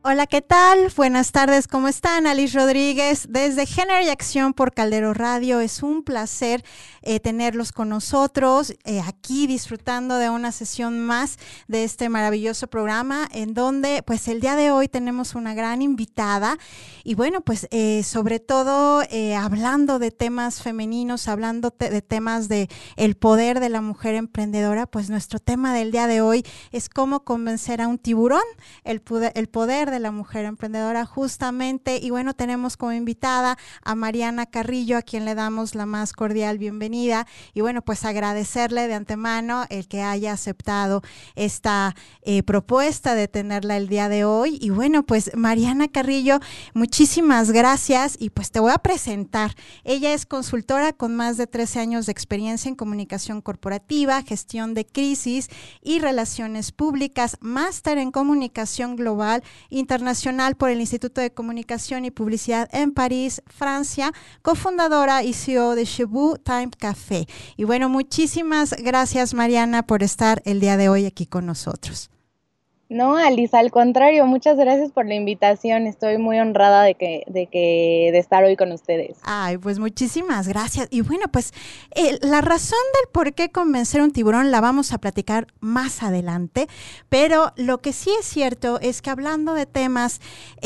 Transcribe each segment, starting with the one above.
Hola, ¿qué tal? Buenas tardes, ¿cómo están? Alice Rodríguez desde Género y Acción por Caldero Radio. Es un placer tenerlos con nosotros aquí disfrutando de una sesión más de este maravilloso programa en donde pues el día de hoy tenemos una gran invitada y bueno pues sobre todo hablando de temas femeninos, hablando de temas de el poder de la mujer emprendedora, pues nuestro tema del día de hoy es cómo convencer a un tiburón, el poder de la mujer emprendedora justamente. Y bueno, tenemos como invitada a Mariana Carrillo, a quien le damos la más cordial bienvenida y bueno, pues agradecerle de antemano el que haya aceptado esta propuesta de tenerla el día de hoy. Y bueno, pues Mariana Carrillo, muchísimas gracias y pues te voy a presentar. Ella es consultora con más de 13 años de experiencia en comunicación corporativa, gestión de crisis y relaciones públicas, máster en comunicación global internacional por el Instituto de Comunicación y Publicidad en París, Francia, cofundadora y CEO de Chebou Time Café. Y bueno, muchísimas gracias Mariana por estar el día de hoy aquí con nosotros. No, Alice, al contrario, muchas gracias por la invitación. Estoy muy honrada de estar hoy con ustedes. Ay, pues muchísimas gracias. Y bueno, pues la razón del por qué convencer a un tiburón la vamos a platicar más adelante, pero lo que sí es cierto es que hablando de temas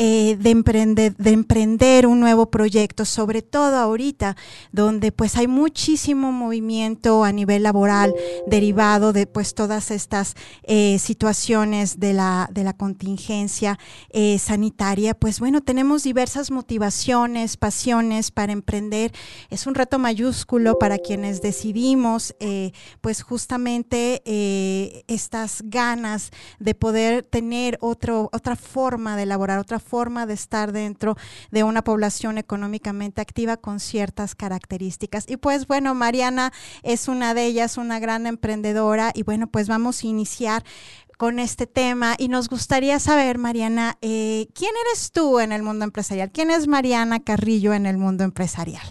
de emprender un nuevo proyecto, sobre todo ahorita, donde pues hay muchísimo movimiento a nivel laboral derivado de pues todas estas situaciones de la contingencia sanitaria, pues bueno, tenemos diversas motivaciones, pasiones para emprender. Es un reto mayúsculo para quienes decidimos pues justamente estas ganas de poder tener otra forma de elaborar, otra forma de estar dentro de una población económicamente activa con ciertas características. Y pues bueno, Mariana es una de ellas, una gran emprendedora y bueno, pues vamos a iniciar con este tema y nos gustaría saber, Mariana, ¿quién eres tú en el mundo empresarial? ¿Quién es Mariana Carrillo en el mundo empresarial?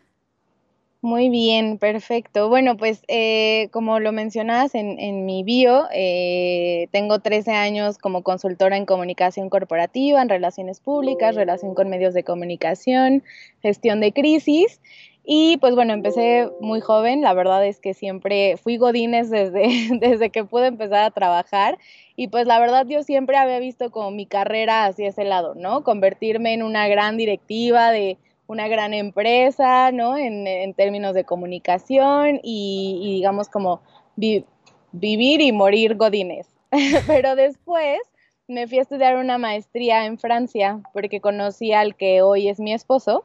Muy bien, perfecto. Bueno, pues como lo mencionabas en mi bio, tengo 13 años como consultora en comunicación corporativa, en relaciones públicas, relación con medios de comunicación, gestión de crisis. Y pues bueno, empecé muy joven, la verdad es que siempre fui godínez desde que pude empezar a trabajar y pues la verdad yo siempre había visto como mi carrera hacia ese lado, ¿no? Convertirme en una gran directiva de una gran empresa, ¿no? En términos de comunicación y digamos como vivir y morir godines. Pero después me fui a estudiar una maestría en Francia porque conocí al que hoy es mi esposo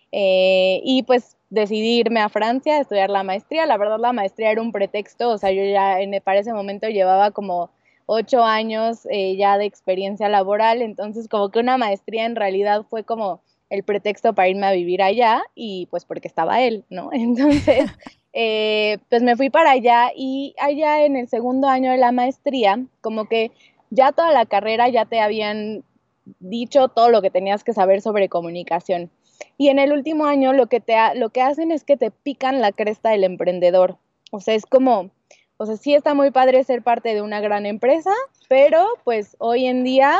y pues decidí irme a Francia a estudiar la maestría. La verdad la maestría era un pretexto, o sea, yo ya para ese momento llevaba como 8 años ya de experiencia laboral, entonces como que una maestría en realidad fue como el pretexto para irme a vivir allá y pues porque estaba él, ¿no? Entonces, pues me fui para allá y allá en el segundo año de la maestría, como que ya toda la carrera ya te habían dicho todo lo que tenías que saber sobre comunicación. Y en el último año lo que hacen es que te pican la cresta del emprendedor. O sea, es como, o sea, sí está muy padre ser parte de una gran empresa, pero pues hoy en día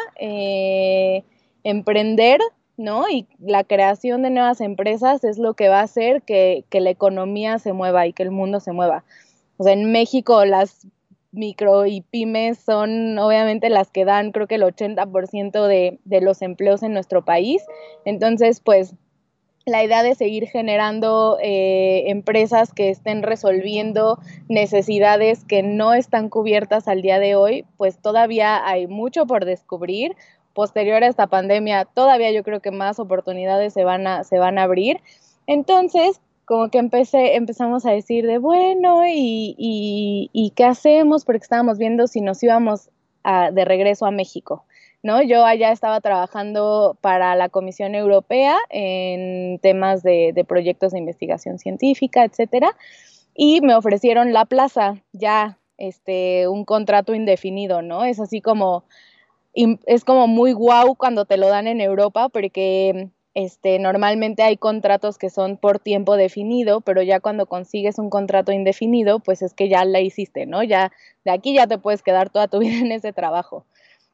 emprender, ¿no? Y la creación de nuevas empresas es lo que va a hacer que la economía se mueva y que el mundo se mueva. O sea, en México las micro y pymes son obviamente las que dan creo que el 80% de los empleos en nuestro país. Entonces, pues la idea de seguir generando empresas que estén resolviendo necesidades que no están cubiertas al día de hoy, pues todavía hay mucho por descubrir. Posterior a esta pandemia, todavía yo creo que más oportunidades se van a abrir. Entonces, como que empezamos a decir de bueno, ¿y qué hacemos? Porque estábamos viendo si nos íbamos de regreso a México. ¿No? Yo allá estaba trabajando para la Comisión Europea en temas de proyectos de investigación científica, etcétera, y me ofrecieron la plaza, ya un contrato indefinido, ¿no? Es así como, es como muy guau cuando te lo dan en Europa, porque normalmente hay contratos que son por tiempo definido, pero ya cuando consigues un contrato indefinido, pues es que ya la hiciste, ¿no? Ya de aquí ya te puedes quedar toda tu vida en ese trabajo.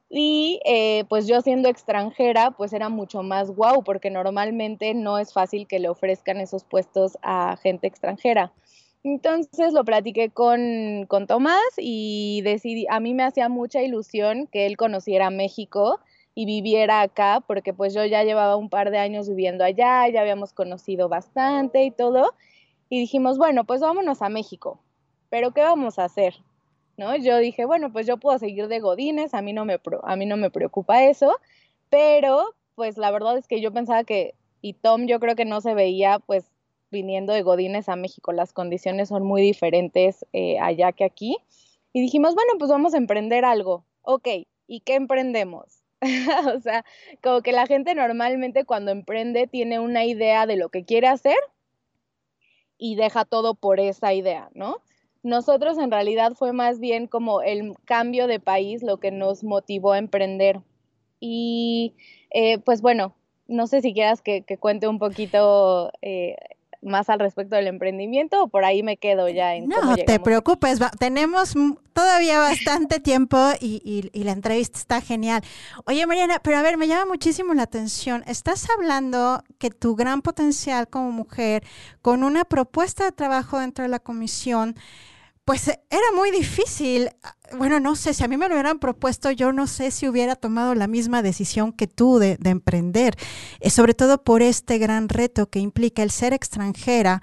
Y pues yo siendo extranjera, pues era mucho más guau, porque normalmente no es fácil que le ofrezcan esos puestos a gente extranjera. Entonces lo platiqué con Tomás y decidí, a mí me hacía mucha ilusión que él conociera México y viviera acá, porque pues yo ya llevaba un par de años viviendo allá, ya habíamos conocido bastante y todo, y dijimos, bueno, pues vámonos a México, pero ¿qué vamos a hacer? ¿No? Yo dije, bueno, pues yo puedo seguir de godines, a mí no me preocupa eso, pero pues la verdad es que yo pensaba que, y Tom yo creo que no se veía pues viniendo de godines a México, las condiciones son muy diferentes allá que aquí, y dijimos, bueno, pues vamos a emprender algo, ok, ¿y qué emprendemos? O sea, como que la gente normalmente cuando emprende tiene una idea de lo que quiere hacer y deja todo por esa idea, ¿no? Nosotros en realidad fue más bien como el cambio de país lo que nos motivó a emprender. Y pues bueno, no sé si quieras que cuente un poquito más al respecto del emprendimiento o por ahí me quedo ya en cómo No te llegamos aquí. preocupes, tenemos todavía bastante tiempo y la entrevista está genial. Oye, Mariana, pero a ver, me llama muchísimo la atención. Estás hablando que tu gran potencial como mujer, con una propuesta de trabajo dentro de la comisión, pues era muy difícil. Bueno, no sé, si a mí me lo hubieran propuesto, yo no sé si hubiera tomado la misma decisión que tú de emprender, sobre todo por este gran reto que implica el ser extranjera,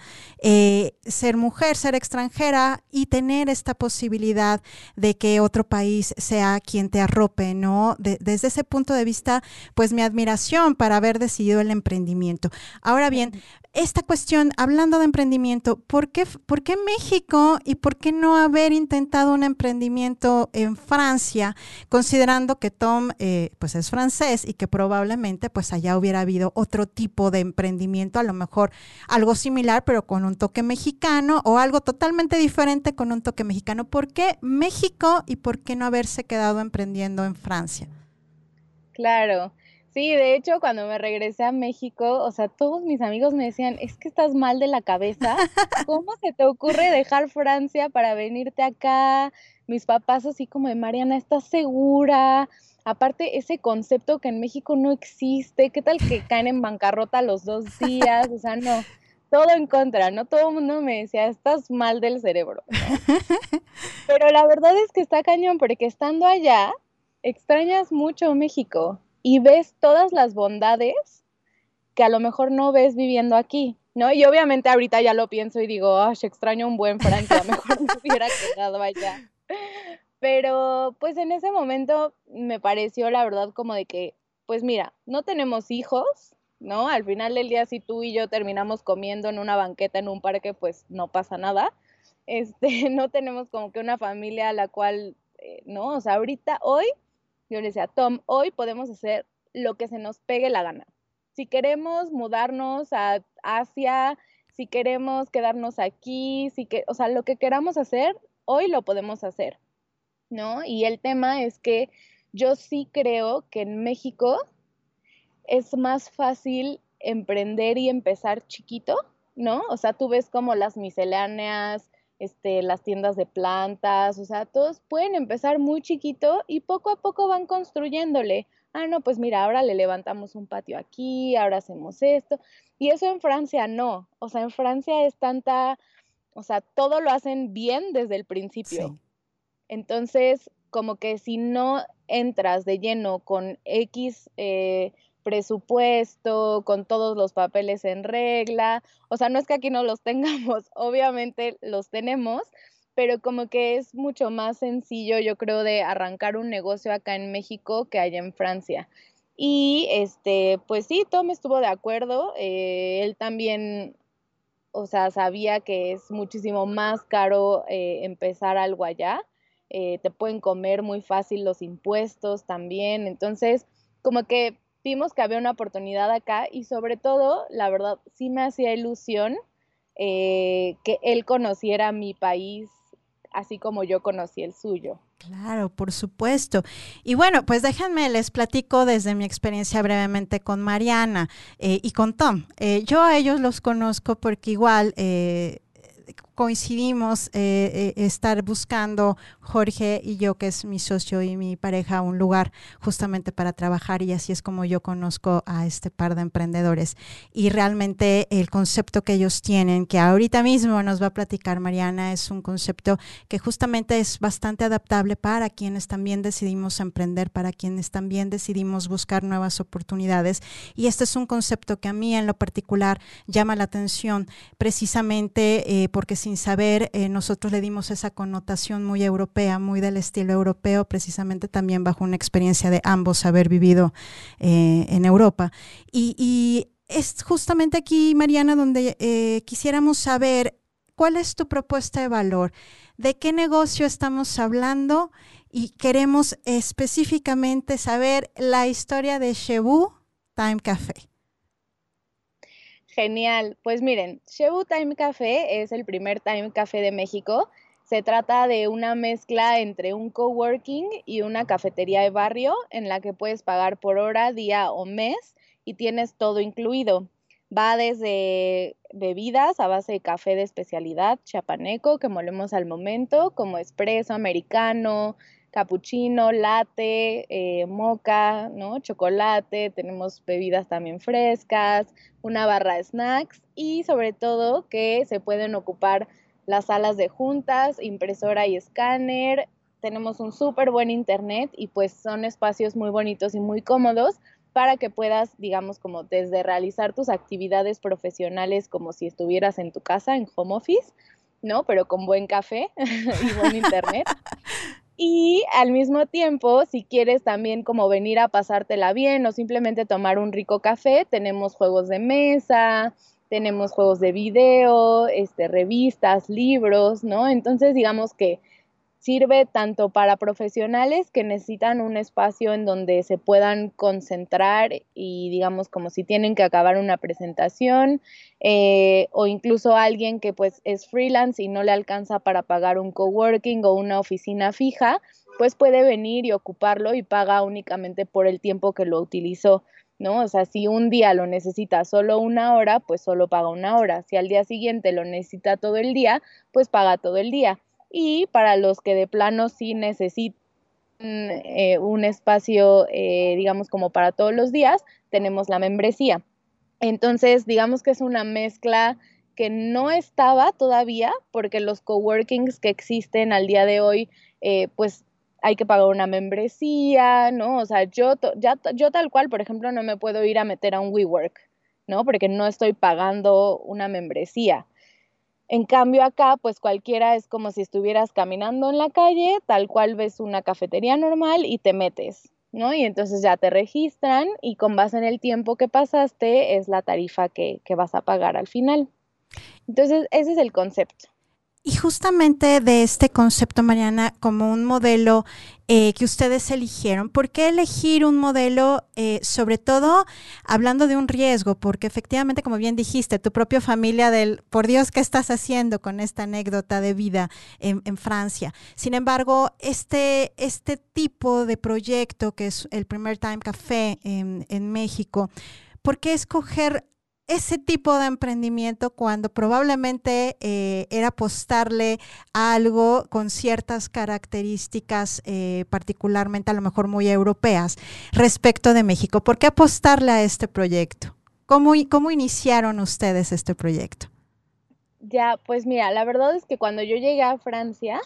ser mujer, ser extranjera y tener esta posibilidad de que otro país sea quien te arrope, ¿no? Desde ese punto de vista, pues mi admiración para haber decidido el emprendimiento. Ahora bien, esta cuestión, hablando de emprendimiento, ¿por qué México y por qué no haber intentado un emprendimiento en Francia, considerando que Tom pues es francés y que probablemente pues allá hubiera habido otro tipo de emprendimiento, a lo mejor algo similar pero con un toque mexicano o algo totalmente diferente con un toque mexicano? ¿Por qué México y por qué no haberse quedado emprendiendo en Francia? Claro. Sí, de hecho, cuando me regresé a México, o sea, todos mis amigos me decían, es que estás mal de la cabeza. ¿Cómo se te ocurre dejar Francia para venirte acá? Mis papás así como de, Mariana, ¿estás segura? Aparte, ese concepto que en México no existe, ¿qué tal que caen en bancarrota a los 2 días? O sea, no, todo en contra, ¿no? Todo el mundo me decía, estás mal del cerebro, ¿no? Pero la verdad es que está cañón, porque estando allá, extrañas mucho México y ves todas las bondades que a lo mejor no ves viviendo aquí, ¿no? Y obviamente ahorita ya lo pienso y digo, ay, extraño un buen Francia, mejor me hubiera quedado allá. Pero pues en ese momento me pareció la verdad como de que, pues mira, no tenemos hijos, ¿no? Al final del día, si tú y yo terminamos comiendo en una banqueta en un parque, pues no pasa nada. No tenemos como que una familia a la cual, ¿no? O sea, ahorita, hoy, yo le decía, Tom, hoy podemos hacer lo que se nos pegue la gana. Si queremos mudarnos a Asia, si queremos quedarnos aquí, o sea, lo que queramos hacer, hoy lo podemos hacer, ¿no? Y el tema es que yo sí creo que en México es más fácil emprender y empezar chiquito, ¿no? O sea, tú ves como las misceláneas, las tiendas de plantas, o sea, todos pueden empezar muy chiquito y poco a poco van construyéndole. Ah, no, pues mira, ahora le levantamos un patio aquí, ahora hacemos esto. Y eso en Francia no. O sea, en Francia es tanta, o sea, todo lo hacen bien desde el principio. Sí. Entonces, como que si no entras de lleno con X presupuesto, con todos los papeles en regla, o sea, no es que aquí no los tengamos, obviamente los tenemos, pero como que es mucho más sencillo, yo creo, de arrancar un negocio acá en México que allá en Francia. Y pues sí, Tom estuvo de acuerdo, él también, o sea, sabía que es muchísimo más caro empezar algo allá, te pueden comer muy fácil los impuestos también, entonces como que vimos que había una oportunidad acá y sobre todo, la verdad, sí me hacía ilusión que él conociera mi país así como yo conocí el suyo. Claro, por supuesto. Y bueno, pues déjenme, les platico desde mi experiencia brevemente con Mariana y con Tom. Yo a ellos los conozco porque igual coincidimos estar buscando Jorge y yo, que es mi socio y mi pareja, un lugar justamente para trabajar, y así es como yo conozco a este par de emprendedores. Y realmente el concepto que ellos tienen, que ahorita mismo nos va a platicar Mariana, es un concepto que justamente es bastante adaptable para quienes también decidimos emprender, para quienes también decidimos buscar nuevas oportunidades. Y este es un concepto que a mí en lo particular llama la atención, precisamente porque sin saber nosotros le dimos esa connotación muy europea, muy del estilo europeo, precisamente también bajo una experiencia de ambos haber vivido en Europa. Y es justamente aquí, Mariana, donde quisiéramos saber cuál es tu propuesta de valor, de qué negocio estamos hablando, y queremos específicamente saber la historia de Shebu Time Café. Genial. Pues miren, Shebu Time Café es el primer Time Café de México. Se trata de una mezcla entre un coworking y una cafetería de barrio en la que puedes pagar por hora, día o mes y tienes todo incluido. Va desde bebidas a base de café de especialidad, chapaneco, que molemos al momento, como espresso, americano, capuchino, latte, moca, ¿no? Chocolate, tenemos bebidas también frescas, una barra de snacks y sobre todo que se pueden ocupar las salas de juntas, impresora y escáner. Tenemos un súper buen internet y pues son espacios muy bonitos y muy cómodos para que puedas, digamos, como desde realizar tus actividades profesionales como si estuvieras en tu casa en home office, ¿no? Pero con buen café y buen internet. Y al mismo tiempo, si quieres también como venir a pasártela bien o simplemente tomar un rico café, tenemos juegos de mesa, tenemos juegos de video, revistas, libros, ¿no? Entonces, digamos que sirve tanto para profesionales que necesitan un espacio en donde se puedan concentrar y digamos como si tienen que acabar una presentación o incluso alguien que pues es freelance y no le alcanza para pagar un coworking o una oficina fija, pues puede venir y ocuparlo y paga únicamente por el tiempo que lo utilizó, ¿no? O sea, si un día lo necesita solo una hora, pues solo paga una hora. Si al día siguiente lo necesita todo el día, pues paga todo el día. Y para los que de plano sí necesitan un espacio, digamos, como para todos los días, tenemos la membresía. Entonces, digamos que es una mezcla que no estaba todavía, porque los coworkings que existen al día de hoy, pues hay que pagar una membresía, ¿no? O sea, yo tal cual, por ejemplo, no me puedo ir a meter a un WeWork, ¿no? Porque no estoy pagando una membresía. En cambio acá, pues cualquiera es como si estuvieras caminando en la calle, tal cual ves una cafetería normal y te metes, ¿no? Y entonces ya te registran y con base en el tiempo que pasaste es la tarifa que vas a pagar al final. Entonces, ese es el concepto. Y justamente de este concepto, Mariana, como un modelo que ustedes eligieron, ¿por qué elegir un modelo, sobre todo hablando de un riesgo? Porque efectivamente, como bien dijiste, tu propia familia del, por Dios, ¿qué estás haciendo con esta anécdota de vida en Francia? Sin embargo, este tipo de proyecto, que es el primer Time Café en México, ¿por qué escoger ese tipo de emprendimiento cuando probablemente era apostarle a algo con ciertas características, particularmente a lo mejor muy europeas, respecto de México? ¿Por qué apostarle a este proyecto? ¿Cómo iniciaron ustedes este proyecto? Ya, pues mira, la verdad es que cuando yo llegué a Francia,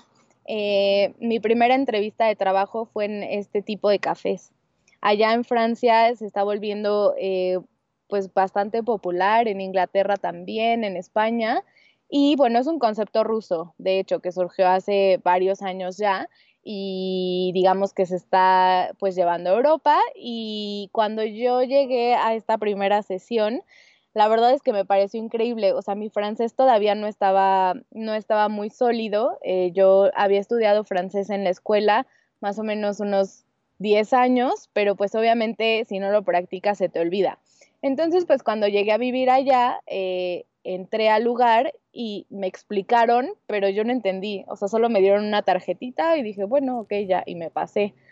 mi primera entrevista de trabajo fue en este tipo de cafés. Allá en Francia se está volviendo pues bastante popular, en Inglaterra también, en España. Y bueno, es un concepto ruso, de hecho, que surgió hace varios años ya y digamos que se está pues llevando a Europa. Y cuando yo llegué a esta primera sesión, la verdad es que me pareció increíble. O sea, mi francés todavía no estaba muy sólido. Yo había estudiado francés en la escuela más o menos unos 10 años, pero pues obviamente si no lo practicas se te olvida. Entonces, pues cuando llegué a vivir allá, entré al lugar y me explicaron, pero yo no entendí. O sea, solo me dieron una tarjetita y dije, bueno, ok, ya, y me pasé.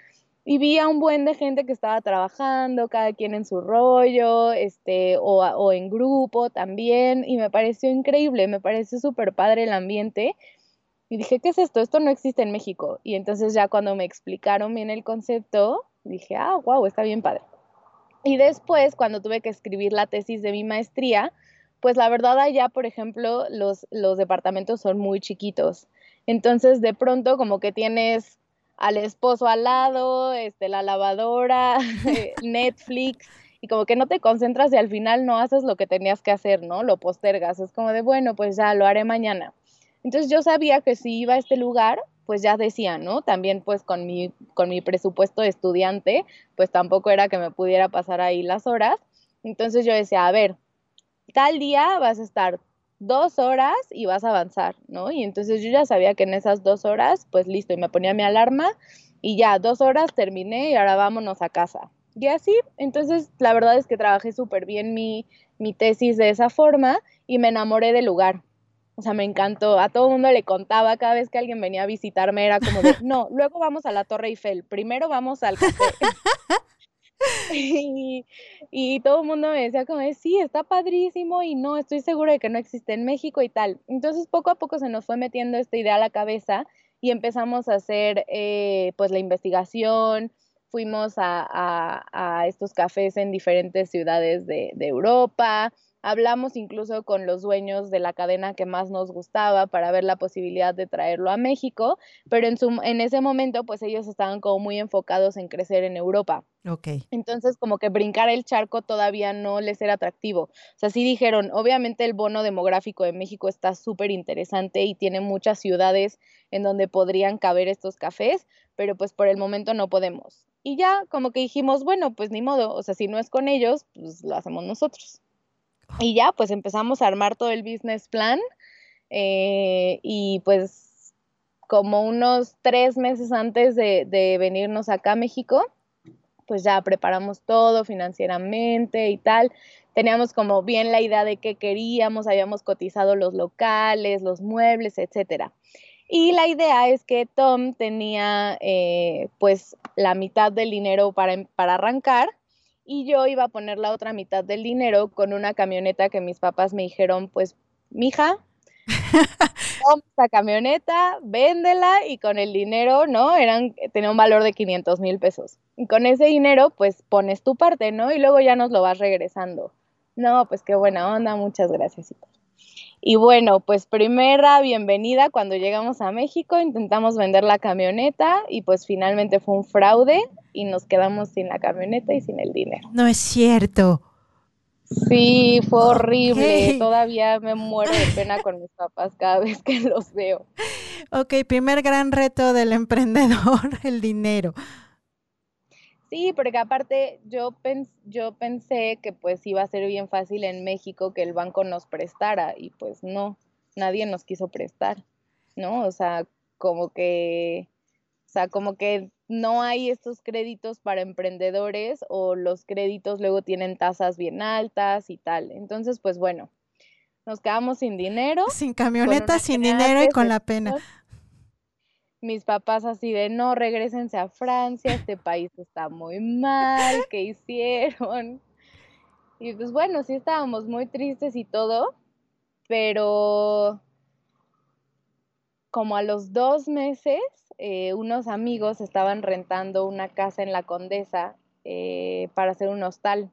y vi a un buen de gente que estaba trabajando, cada quien en su rollo, o en grupo también, y me pareció increíble, me pareció súper padre el ambiente, y dije, ¿qué es esto? Esto no existe en México, y entonces ya cuando me explicaron bien el concepto, dije, wow, está bien padre. Y después, cuando tuve que escribir la tesis de mi maestría, pues la verdad allá, por ejemplo, los departamentos son muy chiquitos. Entonces, de pronto, como que tienes al esposo al lado, la lavadora, Netflix, y como que no te concentras y al final no haces lo que tenías que hacer, ¿no? Lo postergas. Es como de, bueno, pues ya lo haré mañana. Entonces yo sabía que si iba a este lugar, pues ya decía, ¿no? También pues con mi presupuesto de estudiante, pues tampoco era que me pudiera pasar ahí las horas. Entonces yo decía, a ver, tal día vas a estar 2 horas y vas a avanzar, ¿no? Y entonces yo ya sabía que en esas 2 horas, pues listo, y me ponía mi alarma y ya 2 horas terminé y ahora vámonos a casa. Y así, entonces la verdad es que trabajé súper bien mi tesis de esa forma y me enamoré del lugar. O sea, me encantó. A todo el mundo le contaba, cada vez que alguien venía a visitarme era como de, no, luego vamos a la Torre Eiffel, primero vamos al café. Y, y todo el mundo me decía como de, sí, está padrísimo y no, estoy seguro de que no existe en México y tal. Entonces poco a poco se nos fue metiendo esta idea a la cabeza y empezamos a hacer pues la investigación, fuimos a estos cafés en diferentes ciudades de Europa, hablamos incluso con los dueños de la cadena que más nos gustaba para ver la posibilidad de traerlo a México, pero en ese momento pues ellos estaban como muy enfocados en crecer en Europa. Ok. Entonces, como que brincar el charco todavía no les era atractivo. O sea, sí dijeron, obviamente el bono demográfico de México está súper interesante y tiene muchas ciudades en donde podrían caber estos cafés, pero pues por el momento no podemos. Y ya como que dijimos, bueno, pues ni modo, o sea, si no es con ellos, pues lo hacemos nosotros. Y ya, pues empezamos a armar todo el business plan y pues como unos 3 meses antes de venirnos acá a México, pues ya preparamos todo financieramente y tal. Teníamos como bien la idea de qué queríamos, habíamos cotizado los locales, los muebles, etcétera. Y la idea es que Tom tenía pues la mitad del dinero para arrancar y yo iba a poner la otra mitad del dinero con una camioneta que mis papás me dijeron, pues, mija, toma esta camioneta, véndela y con el dinero, ¿no? Tenía un valor de 500,000 pesos. Y con ese dinero, pues pones tu parte, ¿no? Y luego ya nos lo vas regresando. No, pues qué buena onda, muchas gracias. Y bueno, pues primera bienvenida cuando llegamos a México, intentamos vender la camioneta y pues finalmente fue un fraude y nos quedamos sin la camioneta y sin el dinero. No es cierto. Sí, fue Ok. horrible, todavía me muero de pena con mis papás cada vez que los veo. Ok, primer gran reto del emprendedor, el dinero. Sí, porque aparte yo pensé que pues iba a ser bien fácil en México que el banco nos prestara y pues no, nadie nos quiso prestar, ¿no? O sea, como que no hay estos créditos para emprendedores o los créditos luego tienen tasas bien altas y tal. Entonces, pues bueno, nos quedamos sin dinero, Sin con camioneta, una sin gran dinero y con la pena. decepción. Mis papás así de, no, regrésense a Francia, este país está muy mal, ¿qué hicieron? Y pues bueno, sí estábamos muy tristes y todo, pero como a los 2 meses, unos amigos estaban rentando una casa en la Condesa para hacer un hostal.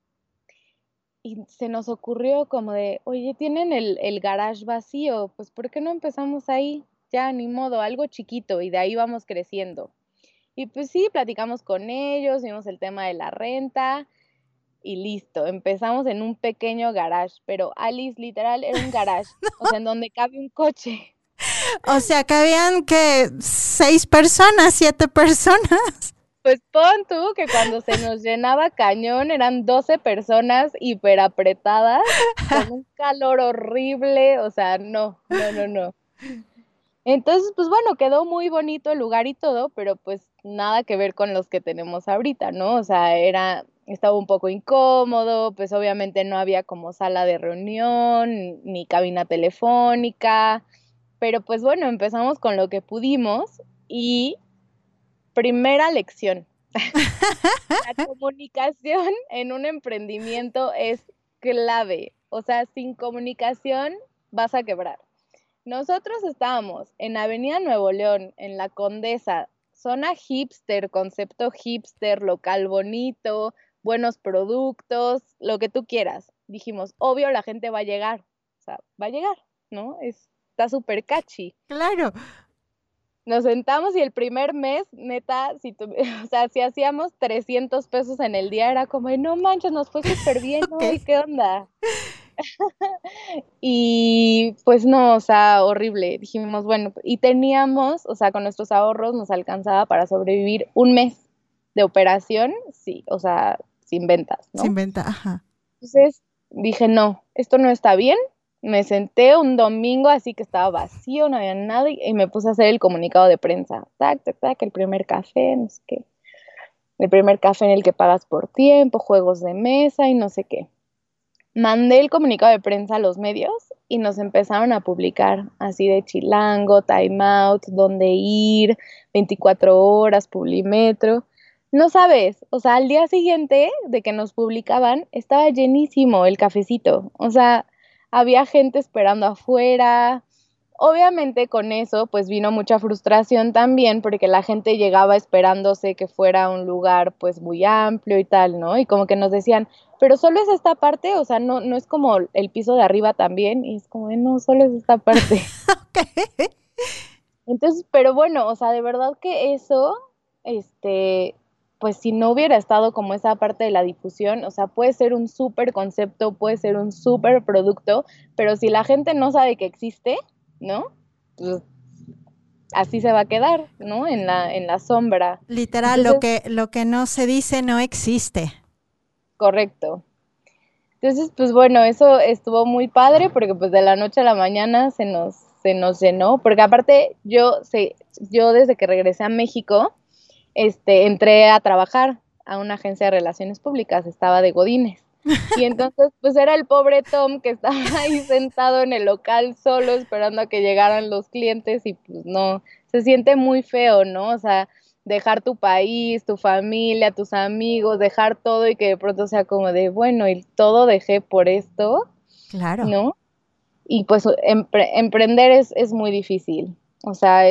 Y se nos ocurrió como de, oye, tienen el garage vacío, pues ¿por qué no empezamos ahí? Ya, ni modo, algo chiquito y de ahí vamos creciendo. Y pues sí, platicamos con ellos, vimos el tema de la renta y listo. Empezamos en un pequeño garage, pero Alice literal era un garage, o sea, en donde cabe un coche. O sea, que habían que 6 personas, 7 personas. Pues pon tú que cuando se nos llenaba cañón eran 12 personas hiper apretadas, con un calor horrible, o sea, no, no, no, no. Entonces, pues bueno, quedó muy bonito el lugar y todo, pero pues nada que ver con los que tenemos ahorita, ¿no? O sea, estaba un poco incómodo, pues obviamente no había como sala de reunión, ni cabina telefónica, pero pues bueno, empezamos con lo que pudimos y primera lección, La comunicación en un emprendimiento es clave. O sea, sin comunicación vas a quebrar. Nosotros estábamos en Avenida Nuevo León, en La Condesa, zona hipster, concepto hipster, local bonito, buenos productos, lo que tú quieras. Dijimos, obvio la gente va a llegar, o sea, va a llegar, ¿no? Está súper catchy. Claro. Nos sentamos y el primer mes, neta, o sea, si hacíamos 300 pesos en el día, era como, no manches, nos fue súper bien, ¿no? ¿Y Ok. qué onda? Y pues no, o sea, horrible. Dijimos, bueno, y teníamos, o sea, con nuestros ahorros nos alcanzaba para sobrevivir un mes de operación, sí, o sea, sin ventas, Sin ¿no? venta, ajá. Entonces dije, no, esto no está bien. Me senté un domingo así que estaba vacío, no había nada, y me puse a hacer el comunicado de prensa. Tac, tac, tac, el primer café, no sé qué. El primer café en el que pagas por tiempo, juegos de mesa y no sé qué. Mandé el comunicado de prensa a los medios y nos empezaron a publicar así de Chilango, Time Out, dónde ir, 24 horas, Publimetro. No sabes, o sea, al día siguiente de que nos publicaban, estaba llenísimo el cafecito. O sea, había gente esperando afuera. Obviamente con eso pues vino mucha frustración también porque la gente llegaba esperándose que fuera un lugar pues muy amplio y tal, ¿no? Y como que nos decían, pero solo es esta parte, o sea, no es como el piso de arriba también, y es como, no, solo es esta parte. Ok. Entonces, pero bueno, o sea, de verdad que eso, este, pues si no hubiera estado como esa parte de la difusión, o sea, puede ser un súper concepto, puede ser un súper producto, pero si la gente no sabe que existe, ¿no? Pues así se va a quedar, ¿no? En la sombra. Literal, Entonces, lo que no se dice no existe. correcto. Entonces, pues bueno, eso estuvo muy padre porque pues de la noche a la mañana se nos llenó, porque aparte yo desde que regresé a México, entré a trabajar a una agencia de relaciones públicas, estaba de Godínez. Y entonces, pues era el pobre Tom que estaba ahí sentado en el local solo esperando a que llegaran los clientes y pues no, se siente muy feo, ¿no? O sea, dejar tu país, tu familia, tus amigos, dejar todo y que de pronto sea como de, bueno, y todo dejé por esto, Claro. ¿no? Y pues emprender es muy difícil, o sea,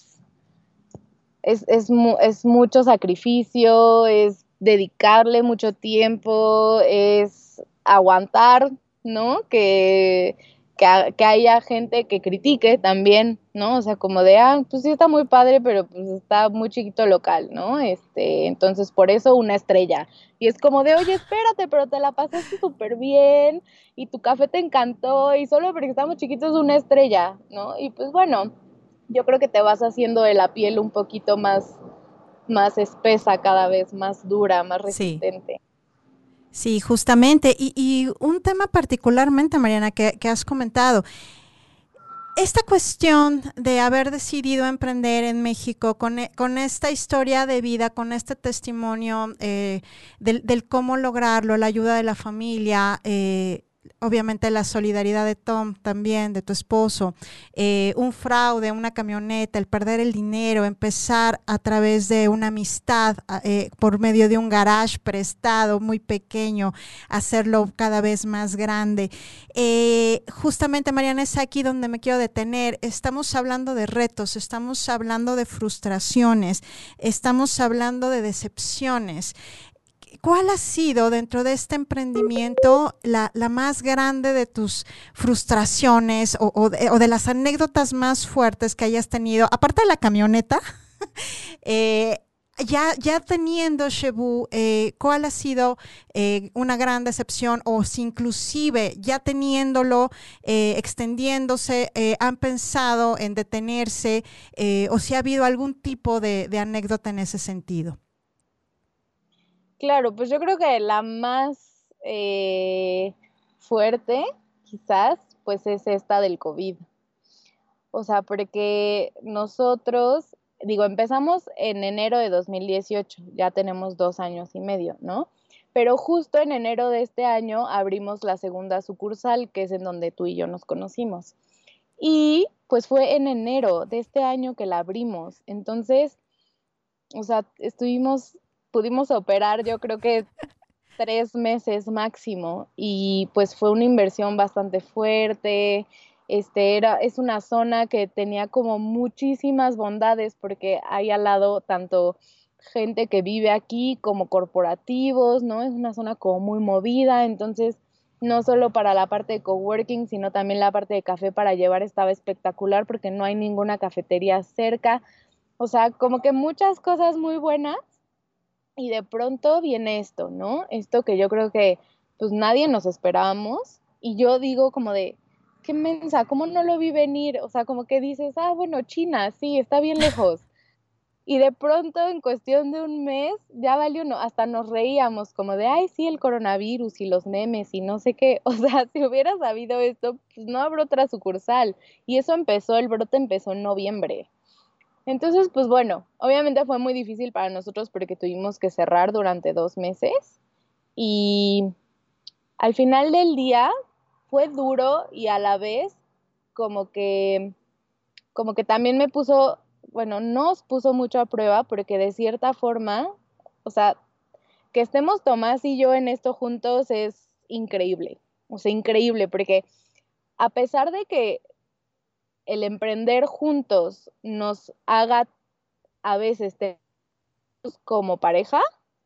es mucho sacrificio, es dedicarle mucho tiempo, es aguantar, ¿no? Que haya gente que critique también, ¿no? O sea, como de, pues sí está muy padre, pero pues está muy chiquito local, ¿no? Entonces por eso una estrella. Y es como de, oye, espérate, pero te la pasaste súper bien y tu café te encantó y solo porque estamos chiquitos una estrella, ¿no? Y pues bueno, yo creo que te vas haciendo de la piel un poquito más espesa cada vez, más dura, más Sí. resistente. Sí, justamente. Y un tema particularmente, Mariana, que has comentado, esta cuestión de haber decidido emprender en México con esta historia de vida, con este testimonio del cómo lograrlo, la ayuda de la familia, obviamente la solidaridad de Tom también, de tu esposo, un fraude, una camioneta, el perder el dinero, empezar a través de una amistad por medio de un garage prestado muy pequeño, hacerlo cada vez más grande. Justamente, Mariana, es aquí donde me quiero detener. Estamos hablando de retos, estamos hablando de frustraciones, estamos hablando de decepciones. ¿Cuál ha sido dentro de este emprendimiento la más grande de tus frustraciones o de las anécdotas más fuertes que hayas tenido, aparte de la camioneta? Eh, ya teniendo Shebu, ¿cuál ha sido una gran decepción o si inclusive ya teniéndolo, extendiéndose, han pensado en detenerse o si ha habido algún tipo de anécdota en ese sentido? Claro, pues yo creo que la más fuerte, quizás, pues es esta del COVID. O sea, porque nosotros, digo, empezamos en enero de 2018, ya tenemos 2 años y medio, ¿no? Pero justo en enero de este año abrimos la segunda sucursal, que es en donde tú y yo nos conocimos. Y pues fue en enero de este año que la abrimos. Entonces, o sea, estuvimos pudimos operar, yo creo que 3 meses máximo, y pues fue una inversión bastante fuerte. Es una zona que tenía como muchísimas bondades porque hay al lado tanto gente que vive aquí como corporativos, ¿no? Es una zona como muy movida, entonces no solo para la parte de coworking, sino también la parte de café para llevar estaba espectacular porque no hay ninguna cafetería cerca. O sea, como que muchas cosas muy buenas, y de pronto viene esto, ¿no? Esto que yo creo que pues nadie nos esperábamos, y yo digo como de, qué mensa, ¿cómo no lo vi venir? O sea, como que dices, ah, bueno, China, sí, está bien lejos. Y de pronto, en cuestión de un mes, ya valió, no, hasta nos reíamos como de, ay, sí, el coronavirus y los memes y no sé qué. O sea, si hubiera sabido esto, pues no habrá otra sucursal. Y eso empezó, el brote empezó en noviembre. Entonces, pues bueno, obviamente fue muy difícil para nosotros porque tuvimos que cerrar durante 2 meses, y al final del día fue duro, y a la vez como que, como que también me puso, bueno, nos puso mucho a prueba porque de cierta forma, o sea, que estemos Tomás y yo en esto juntos es increíble, o sea, increíble, porque a pesar de que el emprender juntos nos haga a veces como pareja,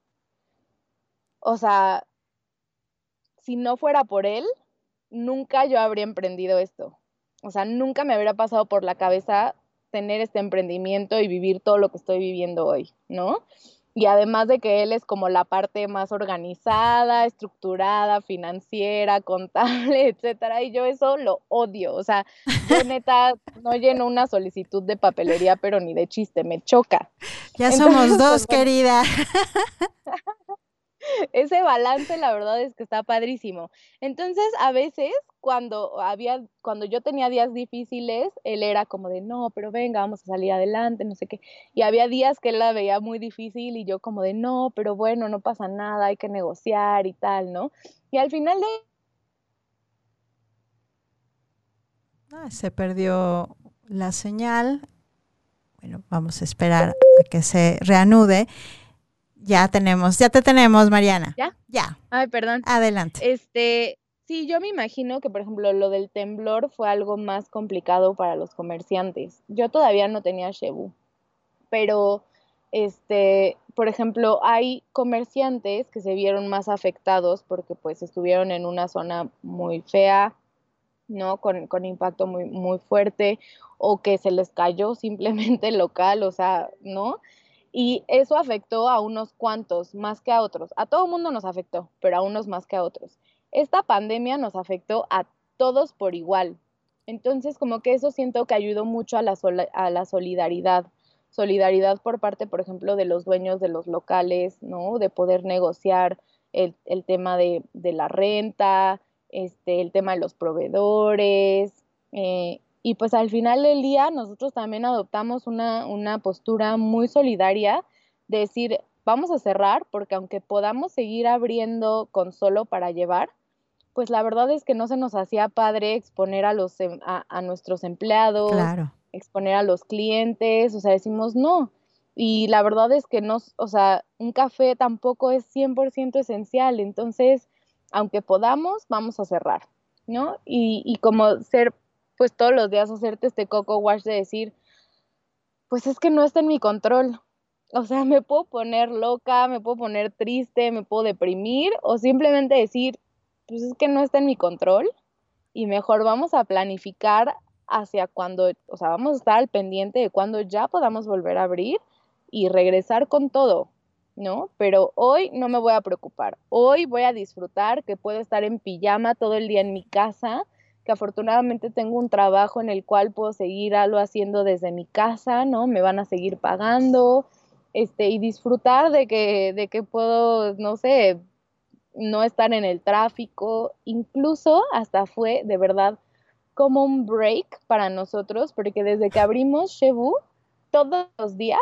o sea, si no fuera por él, nunca yo habría emprendido esto. O sea, nunca me habría pasado por la cabeza tener este emprendimiento y vivir todo lo que estoy viviendo hoy, ¿no? Y además de que él es como la parte más organizada, estructurada, financiera, contable, etcétera, y yo eso lo odio. O sea, yo neta no lleno una solicitud de papelería, pero ni de chiste, me choca. Ya somos Entonces, pues dos, bueno, querida. ese balance la verdad es que está padrísimo. Entonces, a veces cuando yo tenía días difíciles, él era como de, no, pero venga, vamos a salir adelante, no sé qué. Y había días que él la veía muy difícil y yo como de, no, pero bueno, no pasa nada, hay que negociar y tal, ¿no? Y al final de... Ah, se perdió la señal. Bueno, vamos a esperar a que se reanude. Ya te tenemos, Mariana. ¿Ya? Ya, Ay, perdón. adelante. Sí, yo me imagino que, por ejemplo, lo del temblor fue algo más complicado para los comerciantes. Yo todavía no tenía Shebu, pero por ejemplo, hay comerciantes que se vieron más afectados porque pues estuvieron en una zona muy fea, ¿no? Con impacto muy, muy fuerte, o que se les cayó simplemente el local, o sea, ¿no? Y eso afectó a unos cuantos más que a otros. A todo mundo nos afectó, pero a unos más que a otros. Esta pandemia nos afectó a todos por igual. Entonces, como que eso siento que ayudó mucho a la solidaridad. Solidaridad por parte, por ejemplo, de los dueños de los locales, ¿no? De poder negociar el tema de la renta, el tema de los proveedores, y pues al final del día nosotros también adoptamos una postura muy solidaria de decir, vamos a cerrar porque aunque podamos seguir abriendo con solo para llevar, pues la verdad es que no se nos hacía padre exponer a nuestros empleados, Claro. exponer a los clientes, o sea, decimos no. Y la verdad es que no, o sea, un café tampoco es 100% esencial, entonces, aunque podamos, vamos a cerrar, ¿no? Y como ser, pues todos los días hacerte este coco wash de decir, pues es que no está en mi control. O sea, me puedo poner loca, me puedo poner triste, me puedo deprimir, o simplemente decir, pues es que no está en mi control, y mejor vamos a planificar hacia cuando, o sea, vamos a estar al pendiente de cuando ya podamos volver a abrir y regresar con todo, ¿no? Pero hoy no me voy a preocupar. Hoy voy a disfrutar que puedo estar en pijama todo el día en mi casa, que afortunadamente tengo un trabajo en el cual puedo seguir algo haciendo desde mi casa, ¿no? Me van a seguir pagando, y disfrutar de que puedo, no sé, no estar en el tráfico, incluso hasta fue de verdad como un break para nosotros, porque desde que abrimos Shebu, todos los días,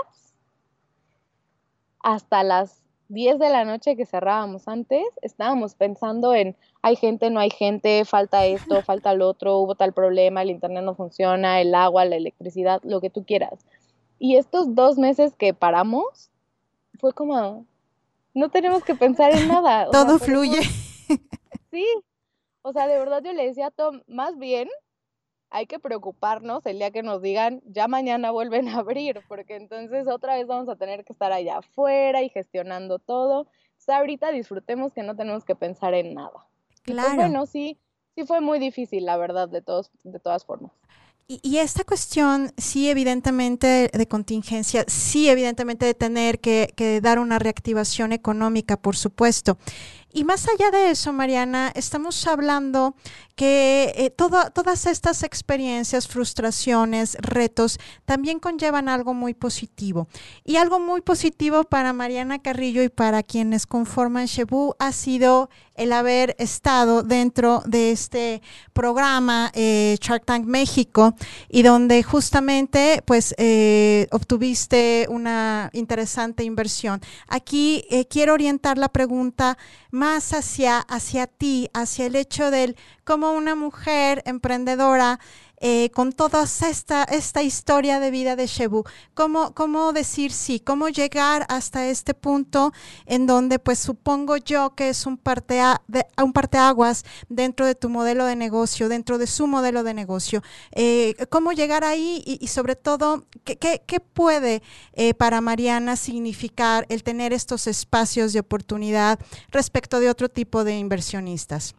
hasta las 10 de la noche que cerrábamos antes, estábamos pensando en, hay gente, no hay gente, falta esto, falta lo otro, hubo tal problema, el internet no funciona, el agua, la electricidad, lo que tú quieras. Y estos 2 meses que paramos, fue como, no tenemos que pensar en nada. O sea, Todo fluye. sí, o sea, de verdad yo le decía a Tom, más bien hay que preocuparnos el día que nos digan, ya mañana vuelven a abrir, porque entonces otra vez vamos a tener que estar allá afuera y gestionando todo. O sea, ahorita disfrutemos que no tenemos que pensar en nada. Y pues Claro. bueno, sí, sí fue muy difícil, la verdad, de todas formas. Y esta cuestión, sí, evidentemente de contingencia, sí, evidentemente de tener que dar una reactivación económica, por supuesto. Y más allá de eso, Mariana, estamos hablando que todas estas experiencias, frustraciones, retos, también conllevan algo muy positivo. Y algo muy positivo para Mariana Carrillo y para quienes conforman Shebu ha sido el haber estado dentro de este programa Shark Tank México y donde justamente pues obtuviste una interesante inversión. Aquí quiero orientar la pregunta más hacia ti, hacia el hecho del cómo una mujer emprendedora con toda esta historia de vida de Shebu, cómo decir sí, cómo llegar hasta este punto en donde pues supongo yo que es un parteaguas dentro de tu modelo de negocio, dentro de su modelo de negocio. ¿Cómo llegar ahí y sobre todo, qué puede para Mariana significar el tener estos espacios de oportunidad respecto de otro tipo de inversionistas?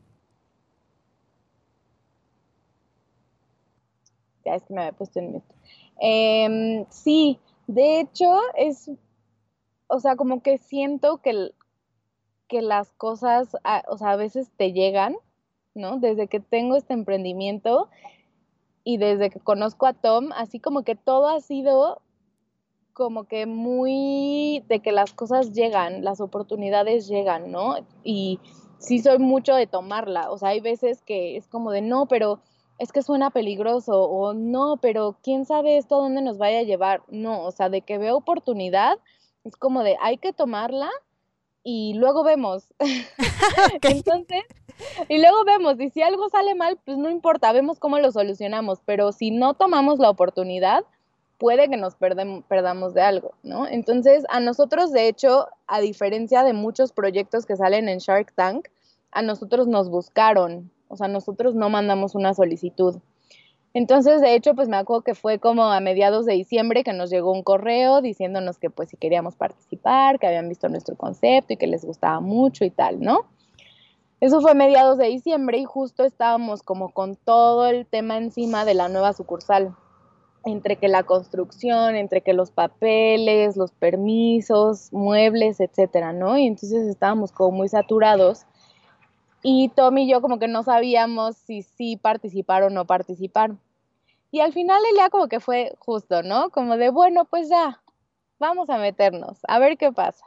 Ya es que me había puesto en mute. Sí, de hecho es, o sea, como que siento que las cosas, o sea, a veces te llegan, ¿no? Desde que tengo este emprendimiento y desde que conozco a Tom, así como que todo ha sido como que muy de que las cosas llegan, las oportunidades llegan, ¿no? Y sí soy mucho de tomarla, o sea, hay veces que es como de no, pero es que suena peligroso, o no, pero quién sabe esto a dónde nos vaya a llevar, no, o sea, de que veo oportunidad, es como de hay que tomarla y luego vemos. Okay. Entonces, y luego vemos, y si algo sale mal, pues no importa, vemos cómo lo solucionamos, pero si no tomamos la oportunidad, puede que nos perdamos de algo, ¿no? Entonces, a nosotros, de hecho, a diferencia de muchos proyectos que salen en Shark Tank, a nosotros nos buscaron, o sea, nosotros no mandamos una solicitud. Entonces, de hecho, pues me acuerdo que fue como a mediados de diciembre que nos llegó un correo diciéndonos que pues si queríamos participar, que habían visto nuestro concepto y que les gustaba mucho y tal, ¿no? Eso fue a mediados de diciembre y justo estábamos como con todo el tema encima de la nueva sucursal, entre que la construcción, entre que los papeles, los permisos, muebles, etcétera, ¿no? Y entonces estábamos como muy saturados y Tom y yo como que no sabíamos si sí participar o no participar. Y al final el día como que fue justo, ¿no? Como de, bueno, pues ya, vamos a meternos, a ver qué pasa.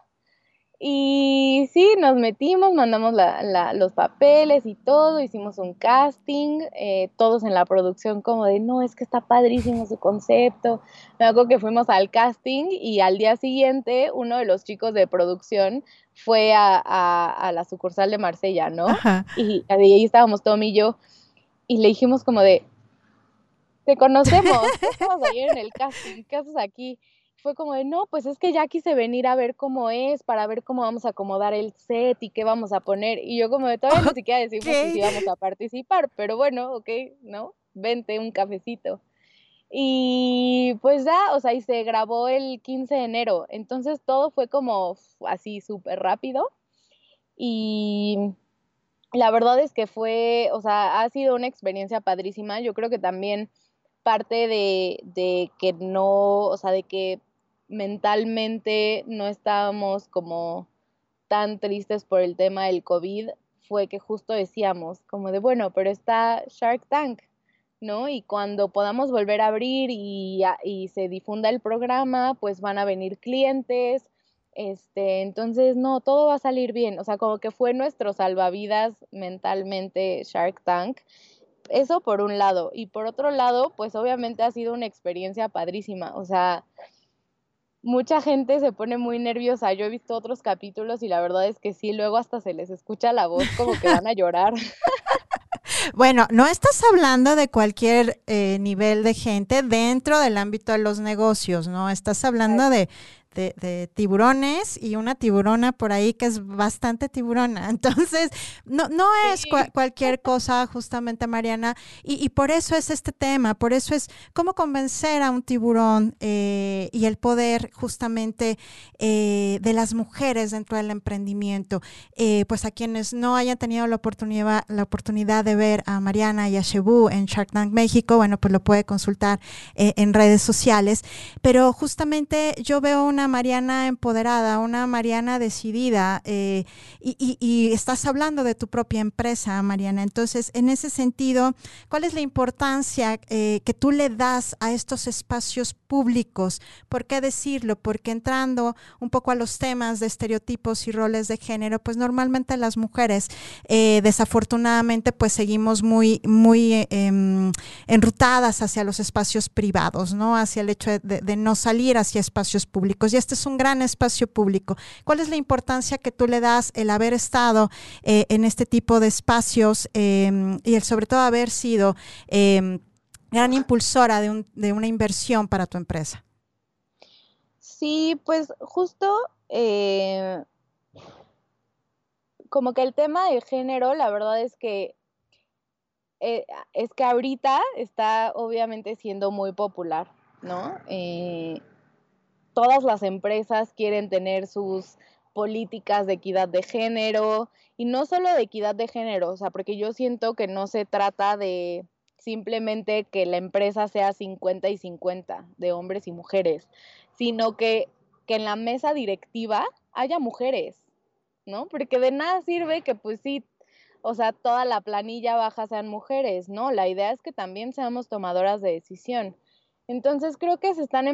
Y sí, nos metimos, mandamos los papeles y todo, hicimos un casting, todos en la producción como de, no, es que está padrísimo su concepto. Me acuerdo que fuimos al casting y al día siguiente uno de los chicos de producción fue a la sucursal de Marsella, ¿no? Ajá. Y ahí estábamos Tom y yo y le dijimos como de, te conocemos, tú estabas ayer en el casting, ¿qué haces aquí? Fue como de, no, pues es que ya quise venir a ver cómo es, para ver cómo vamos a acomodar el set y qué vamos a poner. Y yo como de, todavía ni siquiera decimos si Ok. sí vamos a participar, pero bueno, ok, ¿no? Vente un cafecito. Y pues ya, o sea, y se grabó el 15 de enero, entonces todo fue como así súper rápido. Y la verdad es que fue, o sea, ha sido una experiencia padrísima. Yo creo que también parte de que no, o sea, de que mentalmente no estábamos como tan tristes por el tema del COVID, fue que justo decíamos, como de, bueno, pero está Shark Tank, ¿no? Y cuando podamos volver a abrir y se difunda el programa, pues van a venir clientes, entonces, no, todo va a salir bien. O sea, como que fue nuestro salvavidas mentalmente Shark Tank. Eso por un lado. Y por otro lado, pues obviamente ha sido una experiencia padrísima. O sea, mucha gente se pone muy nerviosa. Yo he visto otros capítulos y la verdad es que sí, luego hasta se les escucha la voz como que van a llorar. Bueno, no estás hablando de cualquier nivel de gente dentro del ámbito de los negocios, ¿no? Estás hablando de tiburones y una tiburona por ahí que es bastante tiburona. Entonces, no es cualquier cosa, justamente, Mariana, y por eso es este tema, por eso es cómo convencer a un tiburón y el poder justamente de las mujeres dentro del emprendimiento. Pues a quienes no hayan tenido la oportunidad de ver a Mariana y a Shebu en Shark Tank México, bueno, pues lo puede consultar en redes sociales, pero justamente yo veo una Mariana empoderada, una Mariana decidida, y estás hablando de tu propia empresa, Mariana. Entonces, en ese sentido, ¿cuál es la importancia que tú le das a estos espacios públicos? ¿Por qué decirlo? Porque entrando un poco a los temas de estereotipos y roles de género, pues normalmente las mujeres, desafortunadamente, pues seguimos muy enrutadas hacia los espacios privados, ¿no? Hacia el hecho de no salir hacia espacios públicos. Y este es un gran espacio público. ¿Cuál es la importancia que tú le das el haber estado en este tipo de espacios y el sobre todo haber sido gran impulsora de una inversión para tu empresa? Sí, pues justo como que el tema de género, la verdad es que ahorita está obviamente siendo muy popular, ¿no? Todas las empresas quieren tener sus políticas de equidad de género, y no solo de equidad de género, o sea, porque yo siento que no se trata de simplemente que la empresa sea 50 y 50 de hombres y mujeres, sino que en la mesa directiva haya mujeres, ¿no? Porque de nada sirve que pues sí, o sea, toda la planilla baja sean mujeres, ¿no? La idea es que también seamos tomadoras de decisión. Entonces creo que se están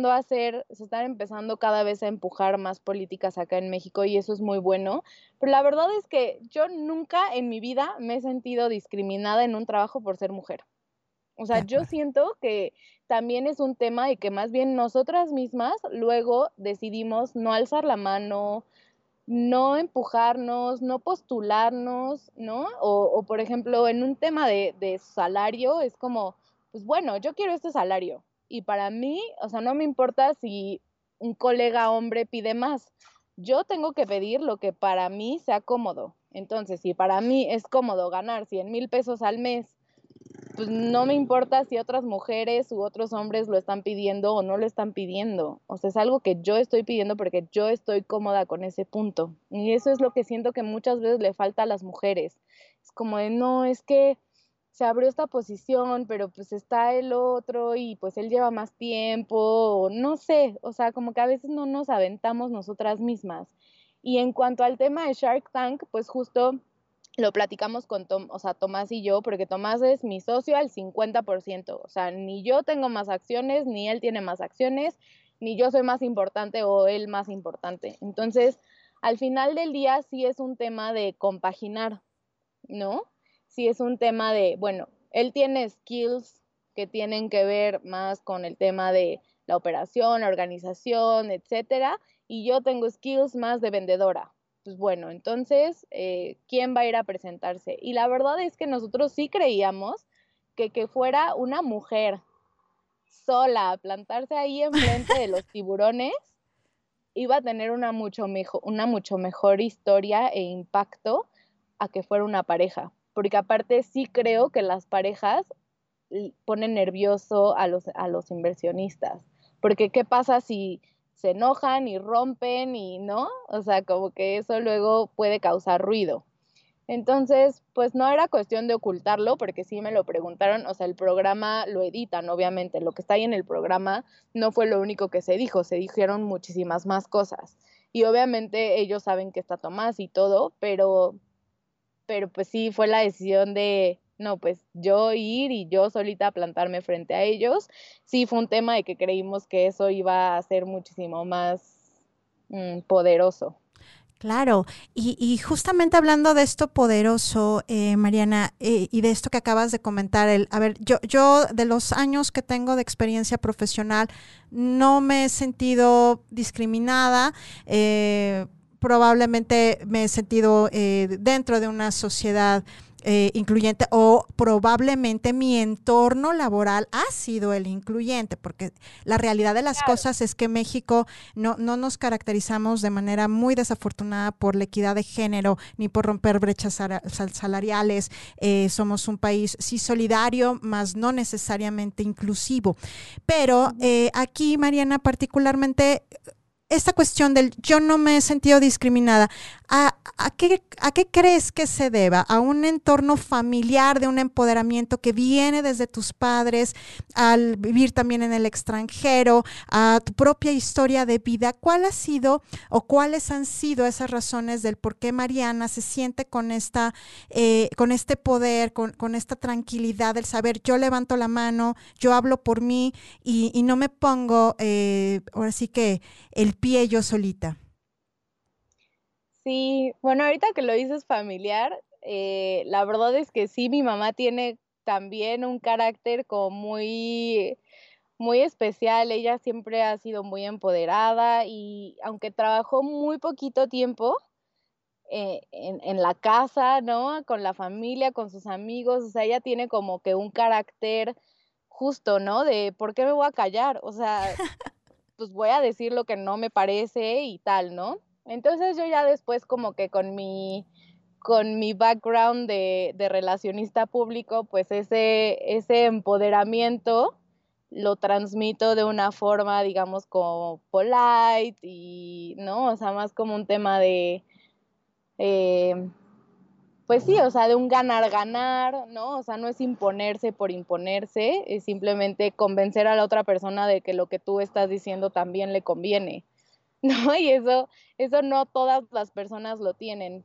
empezando cada vez a empujar más políticas acá en México, y eso es muy bueno. Pero la verdad es que yo nunca en mi vida me he sentido discriminada en un trabajo por ser mujer. O sea, De yo acuerdo. siento que también es un tema y que más bien nosotras mismas luego decidimos no alzar la mano, no empujarnos, no postularnos, ¿no? O por ejemplo, en un tema de salario, es como, pues bueno, yo quiero este salario. Y para mí, o sea, no me importa si un colega hombre pide más. Yo tengo que pedir lo que para mí sea cómodo. Entonces, si para mí es cómodo ganar 100,000 pesos al mes, pues no me importa si otras mujeres u otros hombres lo están pidiendo o no lo están pidiendo. O sea, es algo que yo estoy pidiendo porque yo estoy cómoda con ese punto. Y eso es lo que siento que muchas veces le falta a las mujeres. Es como de, no, es que se abrió esta posición, pero pues está el otro y pues él lleva más tiempo, o no sé, o sea, como que a veces no nos aventamos nosotras mismas. Y en cuanto al tema de Shark Tank, pues justo lo platicamos con o sea, Tomás y yo, porque Tomás es mi socio al 50%, o sea, ni yo tengo más acciones, ni él tiene más acciones, ni yo soy más importante o él más importante. Entonces, al final del día sí es un tema de compaginar, ¿no? Sí es un tema de, bueno, él tiene skills que tienen que ver más con el tema de la operación, la organización, etcétera, y yo tengo skills más de vendedora. Pues bueno, entonces, ¿quién va a ir a presentarse? Y la verdad es que nosotros sí creíamos que fuera una mujer sola a plantarse ahí enfrente de los tiburones iba a tener una mucho mejor historia e impacto a que fuera una pareja. Porque aparte sí creo que las parejas ponen nervioso a los inversionistas. Porque ¿qué pasa si se enojan y rompen y no? O sea, como que eso luego puede causar ruido. Entonces, pues no era cuestión de ocultarlo, porque sí me lo preguntaron, o sea, el programa lo editan, obviamente, lo que está ahí en el programa no fue lo único que se dijo, se dijeron muchísimas más cosas. Y obviamente ellos saben que está Tomás y todo, pero pues sí fue la decisión de, no, pues yo ir y yo solita plantarme frente a ellos. Sí fue un tema de que creímos que eso iba a ser muchísimo más poderoso. Claro, y justamente hablando de esto poderoso, Mariana, y de esto que acabas de comentar, a ver, yo de los años que tengo de experiencia profesional no me he sentido discriminada. Probablemente me he sentido dentro de una sociedad incluyente, o probablemente mi entorno laboral ha sido el incluyente, porque la realidad de las Claro. cosas es que México no nos caracterizamos de manera muy desafortunada por la equidad de género ni por romper brechas salariales. Somos un país sí solidario, más no necesariamente inclusivo. Pero aquí, Mariana, particularmente esta cuestión del yo no me he sentido discriminada, ¿a qué crees que se deba? ¿A un entorno familiar de un empoderamiento que viene desde tus padres, al vivir también en el extranjero, a tu propia historia de vida? ¿Cuál ha sido o cuáles han sido esas razones del por qué Mariana se siente con este poder, con esta tranquilidad del saber yo levanto la mano, yo hablo por mí y no me pongo, ahora sí que el pie yo solita? Sí, bueno, ahorita que lo dices familiar, la verdad es que sí, mi mamá tiene también un carácter como muy especial. Ella siempre ha sido muy empoderada y aunque trabajó muy poquito tiempo en la casa, ¿no? Con la familia, con sus amigos, o sea, ella tiene como que un carácter justo, ¿no? De ¿por qué me voy a callar? O sea, pues voy a decir lo que no me parece y tal, ¿no? Entonces yo ya después como que con mi background de relacionista público, pues ese empoderamiento lo transmito de una forma, digamos, como polite y, ¿no? O sea, más como un tema de, eh, pues sí, o sea, de un ganar-ganar, ¿no? O sea, no es imponerse por imponerse, es simplemente convencer a la otra persona de que lo que tú estás diciendo también le conviene, ¿no? Y eso no todas las personas lo tienen,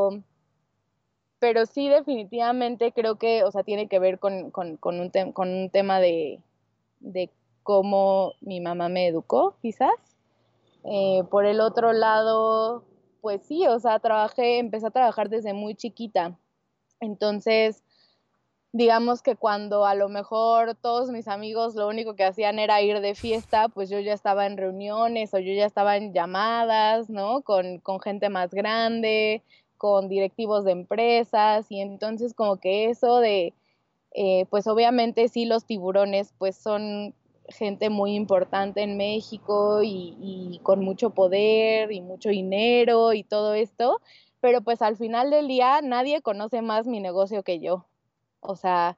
pero sí definitivamente creo que, o sea, tiene que ver con un tema de cómo mi mamá me educó, quizás. Por el otro lado, pues sí, o sea, empecé a trabajar desde muy chiquita. Entonces, digamos que cuando a lo mejor todos mis amigos lo único que hacían era ir de fiesta, pues yo ya estaba en reuniones o yo ya estaba en llamadas, ¿no? Con gente más grande, con directivos de empresas y entonces como que eso de, pues obviamente sí los tiburones pues son gente muy importante en México y con mucho poder y mucho dinero y todo esto, pero pues al final del día nadie conoce más mi negocio que yo. O sea,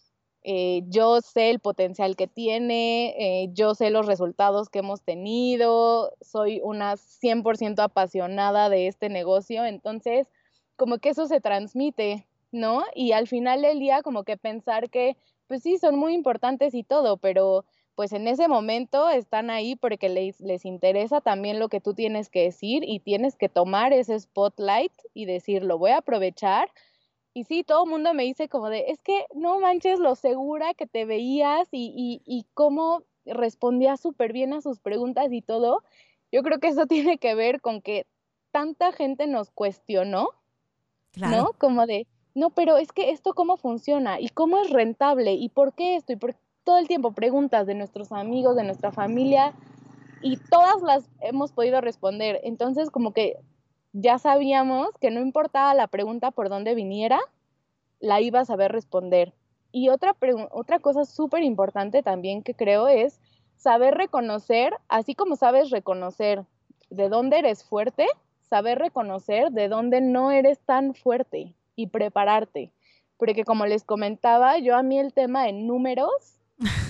yo sé el potencial que tiene, yo sé los resultados que hemos tenido, soy una 100% apasionada de este negocio, entonces como que eso se transmite, ¿no? Y al final del día como que pensar que, pues sí, son muy importantes y todo, pero pues en ese momento están ahí porque les interesa también lo que tú tienes que decir y tienes que tomar ese spotlight y decir, lo voy a aprovechar. Y sí, todo el mundo me dice como de, es que no manches lo segura que te veías y cómo respondías súper bien a sus preguntas y todo. Yo creo que eso tiene que ver con que tanta gente nos cuestionó, Claro. ¿no? Como de, no, pero es que esto cómo funciona y cómo es rentable y por qué esto y por todo el tiempo preguntas de nuestros amigos, de nuestra familia y todas las hemos podido responder. Entonces, como que ya sabíamos que no importaba la pregunta por dónde viniera, la iba a saber responder. Y otra cosa súper importante también que creo es saber reconocer, así como sabes reconocer de dónde eres fuerte, saber reconocer de dónde no eres tan fuerte y prepararte. Porque como les comentaba, yo a mí el tema de números,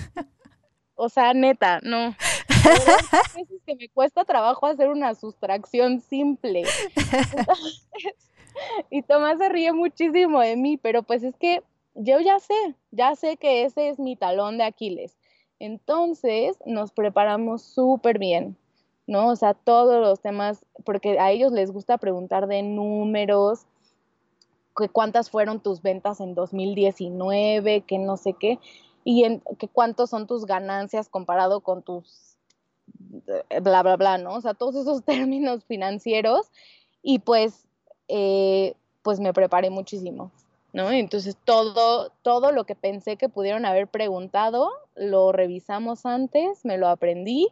o sea, neta, no. De verdad, hay veces que me cuesta trabajo hacer una sustracción simple. Entonces, y Tomás se ríe muchísimo de mí, pero pues es que yo ya sé que ese es mi talón de Aquiles. Entonces nos preparamos súper bien, ¿no? O sea, todos los temas, porque a ellos les gusta preguntar de números, que cuántas fueron tus ventas en 2019, que no sé qué, que cuántos son tus ganancias comparado con tus bla, bla, bla, ¿no? O sea, todos esos términos financieros y pues me preparé muchísimo, ¿no? Entonces todo lo que pensé que pudieron haber preguntado, lo revisamos antes, me lo aprendí,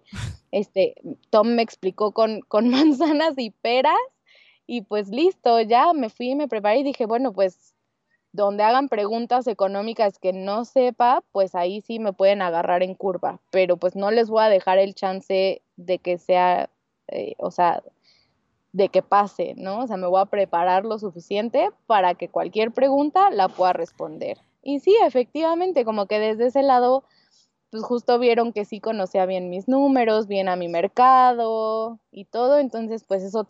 Tom me explicó con manzanas y peras y pues listo, ya me fui, me preparé y dije, bueno, pues donde hagan preguntas económicas que no sepa, pues ahí sí me pueden agarrar en curva, pero pues no les voy a dejar el chance de que sea, o sea, de que pase, ¿no? O sea, me voy a preparar lo suficiente para que cualquier pregunta la pueda responder. Y sí, efectivamente, como que desde ese lado, pues justo vieron que sí conocía bien mis números, bien a mi mercado y todo, entonces pues eso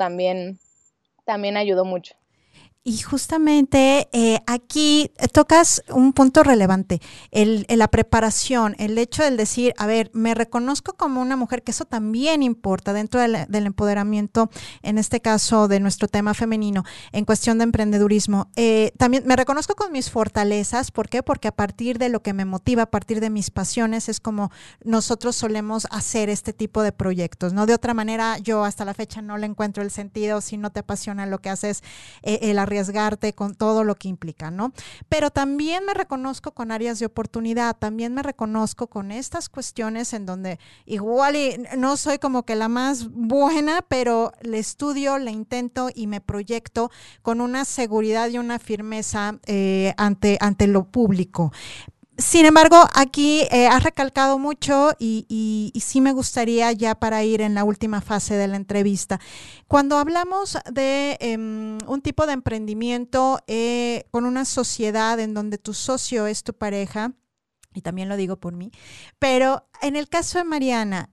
también ayudó mucho. Y justamente aquí tocas un punto relevante, la preparación, el hecho del decir, a ver, me reconozco como una mujer, que eso también importa dentro del empoderamiento, en este caso de nuestro tema femenino, en cuestión de emprendedurismo. También me reconozco con mis fortalezas, ¿por qué? Porque a partir de lo que me motiva, a partir de mis pasiones, es como nosotros solemos hacer este tipo de proyectos, ¿no? De otra manera, yo hasta la fecha no le encuentro el sentido. Si no te apasiona lo que haces, el arriesgarte con todo lo que implica, ¿no? Pero también me reconozco con áreas de oportunidad, también me reconozco con estas cuestiones en donde igual y no soy como que la más buena, pero le estudio, le intento y me proyecto con una seguridad y una firmeza ante lo público. Sin embargo, aquí has recalcado mucho y sí me gustaría ya para ir en la última fase de la entrevista. Cuando hablamos de un tipo de emprendimiento con una sociedad en donde tu socio es tu pareja, y también lo digo por mí, pero en el caso de Mariana,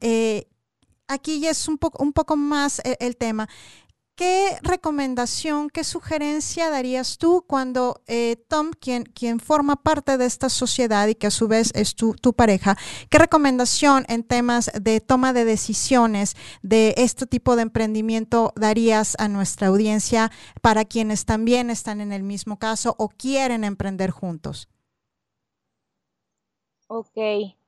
aquí ya es un poco más el tema. ¿Qué recomendación, qué sugerencia darías tú cuando Tom, quien forma parte de esta sociedad y que a su vez es tu pareja, qué recomendación en temas de toma de decisiones de este tipo de emprendimiento darías a nuestra audiencia para quienes también están en el mismo caso o quieren emprender juntos? Ok,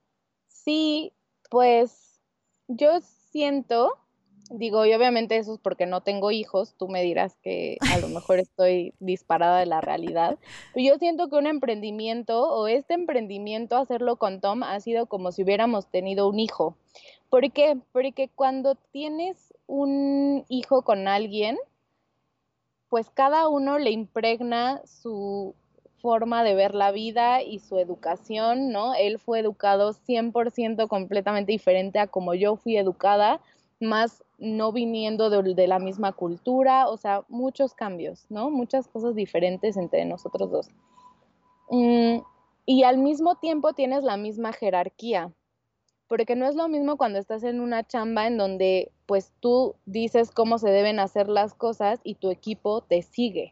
sí, pues yo siento, digo, y obviamente eso es porque no tengo hijos, tú me dirás que a lo mejor estoy disparada de la realidad, pero yo siento que un emprendimiento o este emprendimiento, hacerlo con Tom, ha sido como si hubiéramos tenido un hijo. ¿Por qué? Porque cuando tienes un hijo con alguien, pues cada uno le impregna su forma de ver la vida y su educación, ¿no? Él fue educado 100% completamente diferente a como yo fui educada, más no viniendo de la misma cultura, o sea, muchos cambios, ¿no? Muchas cosas diferentes entre nosotros dos. Mm, y al mismo tiempo tienes la misma jerarquía, porque no es lo mismo cuando estás en una chamba en donde pues tú dices cómo se deben hacer las cosas y tu equipo te sigue.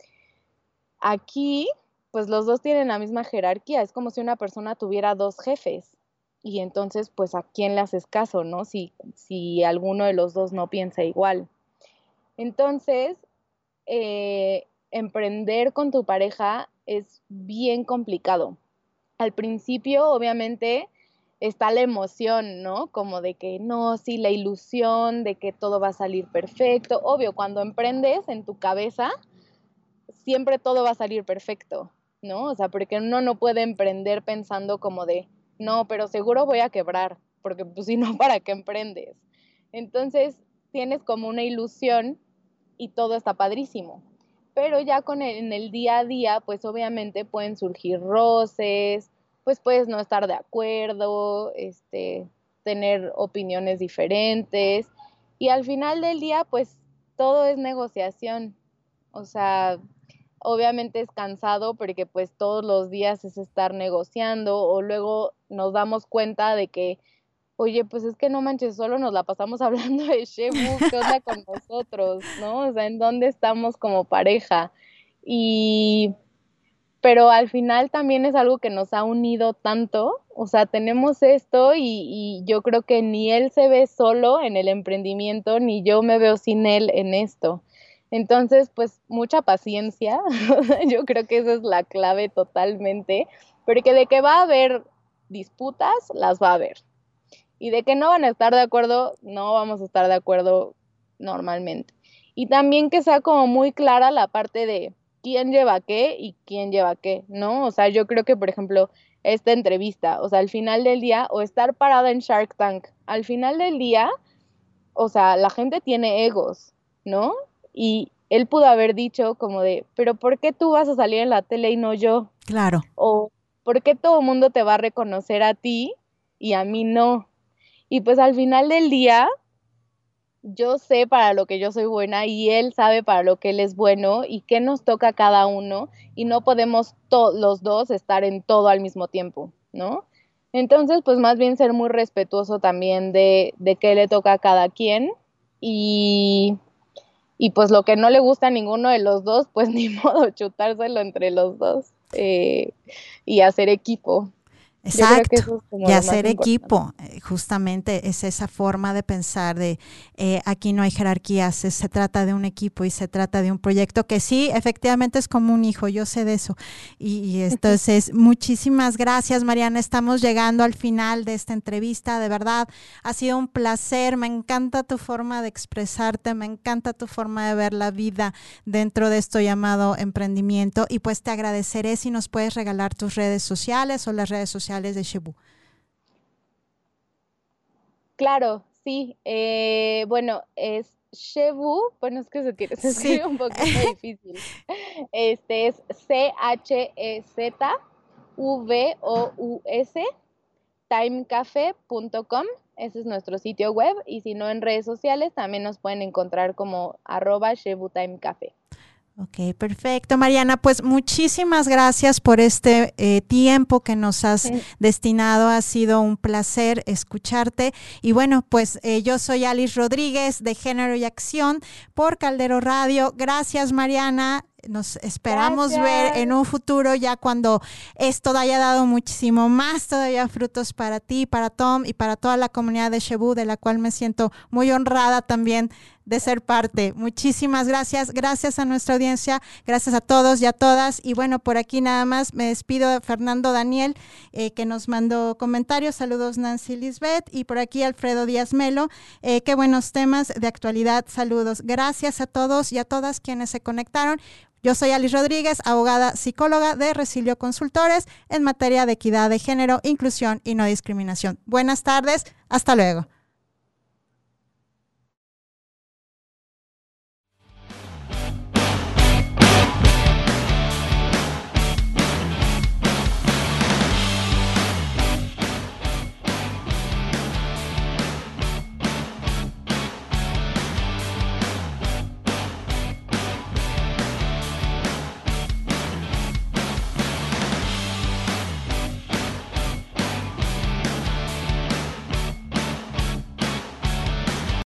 Aquí, pues los dos tienen la misma jerarquía, es como si una persona tuviera dos jefes y entonces, pues a quién le haces caso, ¿no? Si alguno de los dos no piensa igual. Entonces, emprender con tu pareja es bien complicado. Al principio, obviamente, está la emoción, ¿no? Como de que no, sí, la ilusión de que todo va a salir perfecto. Obvio, cuando emprendes en tu cabeza, siempre todo va a salir perfecto, ¿no? O sea, porque uno no puede emprender pensando como de, no, pero seguro voy a quebrar, porque pues si no, ¿para qué emprendes? Entonces, tienes como una ilusión y todo está padrísimo. Pero ya en el día a día, pues obviamente pueden surgir roces, pues puedes no estar de acuerdo, tener opiniones diferentes. Y al final del día, pues todo es negociación. O sea, obviamente es cansado porque pues todos los días es estar negociando o luego nos damos cuenta de que, oye, pues es que no manches, solo nos la pasamos hablando de Shebu, ¿qué onda con nosotros? ¿No? O sea, ¿en dónde estamos como pareja? Y, pero al final también es algo que nos ha unido tanto, o sea, tenemos esto y yo creo que ni él se ve solo en el emprendimiento, ni yo me veo sin él en esto. Entonces, pues mucha paciencia, yo creo que esa es la clave totalmente, porque de que va a haber disputas, las va a haber. Y de que no van a estar de acuerdo, no vamos a estar de acuerdo normalmente. Y también que sea como muy clara la parte de quién lleva qué y quién lleva qué, ¿no? O sea, yo creo que, por ejemplo, esta entrevista, o sea, al final del día, o estar parada en Shark Tank, al final del día, o sea, la gente tiene egos, ¿no? él pudo haber dicho como de, pero ¿por qué tú vas a salir en la tele y no yo? Claro. O ¿por qué todo el mundo te va a reconocer a ti y a mí no? Y pues al final del día, yo sé para lo que yo soy buena y él sabe para lo que él es bueno y qué nos toca a cada uno y no podemos los dos estar en todo al mismo tiempo, ¿no? Entonces, pues más bien ser muy respetuoso también de qué le toca a cada quien y, y pues lo que no le gusta a ninguno de los dos, pues ni modo, chutárselo entre los dos y hacer equipo. Yo creo que Exacto, eso es como y lo más hacer importante. equipo, justamente es esa forma de pensar de aquí no hay jerarquías, se trata de un equipo y se trata de un proyecto que sí, efectivamente es como un hijo, yo sé de eso. Y entonces, muchísimas gracias, Mariana, estamos llegando al final de esta entrevista, de verdad, ha sido un placer, me encanta tu forma de expresarte, me encanta tu forma de ver la vida dentro de esto llamado emprendimiento y pues te agradeceré si nos puedes regalar tus redes sociales o las redes sociales de Shebu. Claro, sí. Bueno, es Shebu, bueno, es que se Sí. escribe un poquito difícil. Este es CHEZVOUS, timecafé.com. Ese es nuestro sitio web. Y si no, en redes sociales también nos pueden encontrar como @ShebuTimeCafé. Ok, perfecto, Mariana. Pues muchísimas gracias por este tiempo que nos has destinado. Ha sido un placer escucharte. Y bueno, pues yo soy Alice Rodríguez de Género y Acción por Caldero Radio. Gracias, Mariana. Nos esperamos ver en Gracias. un futuro ya cuando esto haya dado muchísimo más todavía frutos para ti, para Tom y para toda la comunidad de Shebu, de la cual me siento muy honrada también de ser parte. Muchísimas gracias. Gracias a nuestra audiencia. Gracias a todos y a todas. Y bueno, por aquí nada más me despido de Fernando Daniel, que nos mandó comentarios. Saludos, Nancy Lisbeth. Y por aquí Alfredo Díaz Melo. Qué buenos temas de actualidad. Saludos. Gracias a todos y a todas quienes se conectaron. Yo soy Alice Rodríguez, abogada psicóloga de Resilio Consultores en materia de equidad de género, inclusión y no discriminación. Buenas tardes, hasta luego.